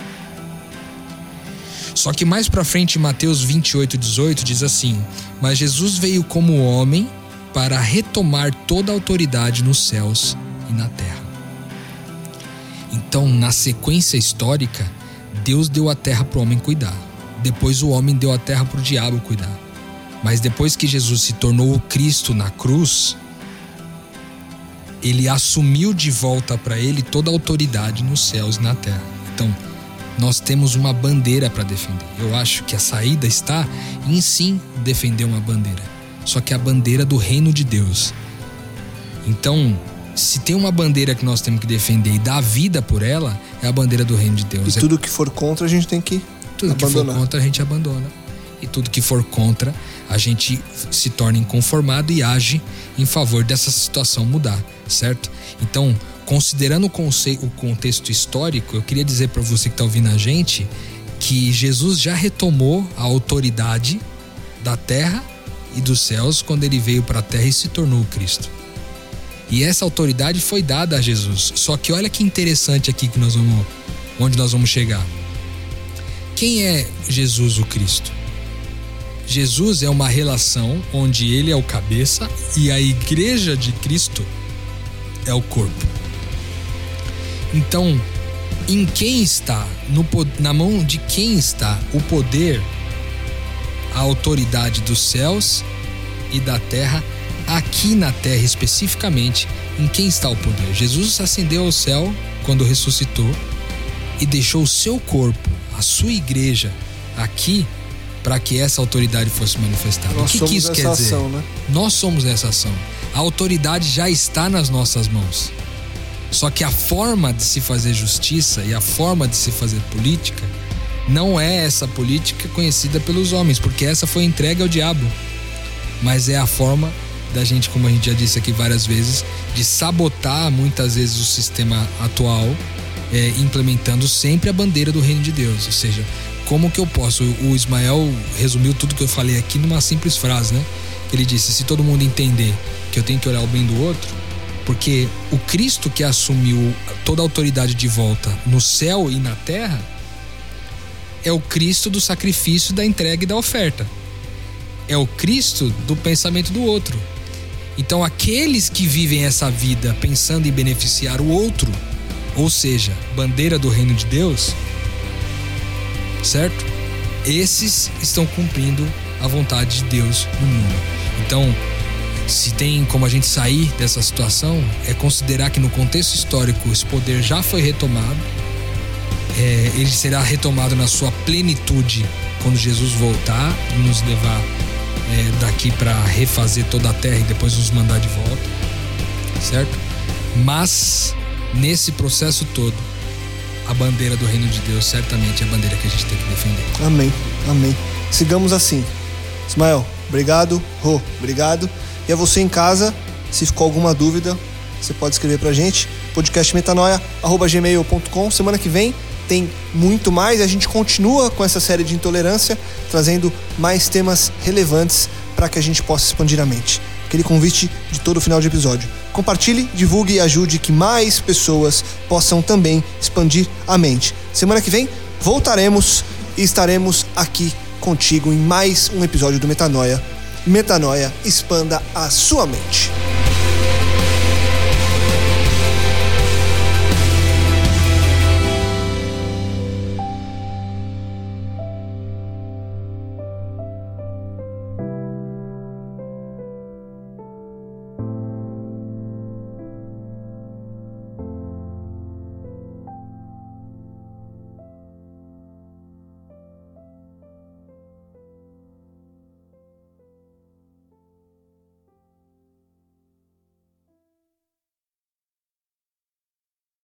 Só que mais para frente, em Mateus vinte e oito, dezoito, diz assim, mas Jesus veio como homem para retomar toda a autoridade nos céus e na terra. Então, na sequência histórica, Deus deu a terra para o homem cuidar. Depois o homem deu a terra para o diabo cuidar. Mas depois que Jesus se tornou o Cristo na cruz, ele assumiu de volta para ele toda a autoridade nos céus e na terra. Então, nós temos uma bandeira para defender. Eu acho que a saída está em sim defender uma bandeira. Só que a bandeira do reino de Deus. Então, se tem uma bandeira que nós temos que defender e dar vida por ela, é a bandeira do reino de Deus. E tudo que for contra a gente tem que tudo abandonar. que for contra a gente abandona. E tudo que for contra a gente se torna inconformado e age em favor dessa situação mudar, certo? Então, considerando o, conceito, o contexto histórico, eu queria dizer para você que está ouvindo a gente que Jesus já retomou a autoridade da terra e dos céus quando ele veio para a terra e se tornou Cristo. E essa autoridade foi dada a Jesus. Só que olha que interessante aqui que nós vamos, onde nós vamos chegar. Quem é Jesus o Cristo? Jesus é uma relação onde ele é o cabeça e a igreja de Cristo é o corpo. Então, em quem está, no, na mão de quem está o poder, a autoridade dos céus e da terra, aqui na terra especificamente, em quem está o poder? Jesus ascendeu ao céu quando ressuscitou e deixou o seu corpo, a sua igreja, aqui para que essa autoridade fosse manifestada. Nós o que, somos que isso essa quer dizer? Ação, né? Nós somos essa ação. A autoridade já está nas nossas mãos. Só que a forma de se fazer justiça e a forma de se fazer política não é essa política conhecida pelos homens, porque essa foi entregue ao diabo. Mas é a forma da gente, como a gente já disse aqui várias vezes, de sabotar muitas vezes o sistema atual, é, implementando sempre a bandeira do reino de Deus. Ou seja, como que eu posso? O Ismael resumiu tudo que eu falei aqui numa simples frase, né? Ele disse, se todo mundo entender que eu tenho que olhar o bem do outro, porque o Cristo que assumiu toda a autoridade de volta no céu e na terra é o Cristo do sacrifício, da entrega e da oferta. É o Cristo do pensamento do outro. Então aqueles que vivem essa vida pensando em beneficiar o outro, ou seja, bandeira do reino de Deus, certo? Esses estão cumprindo a vontade de Deus no mundo. Então, se tem como a gente sair dessa situação, é considerar que no contexto histórico esse poder já foi retomado, é, ele será retomado na sua plenitude quando Jesus voltar e nos levar é, daqui para refazer toda a terra e depois nos mandar de volta, certo? Mas nesse processo todo, a bandeira do reino de Deus certamente é a bandeira que a gente tem que defender. Amém, amém. Sigamos assim. Ismael, obrigado. Rô, obrigado. E a você em casa, se ficou alguma dúvida, você pode escrever pra gente, podcast metanoia arroba gmail ponto com. Semana que vem tem muito mais e a gente continua com essa série de intolerância, trazendo mais temas relevantes para que a gente possa expandir a mente. Aquele convite de todo final de episódio. Compartilhe, divulgue e ajude que mais pessoas possam também expandir a mente. Semana que vem voltaremos e estaremos aqui contigo em mais um episódio do Metanoia. Metanoia, expanda a sua mente.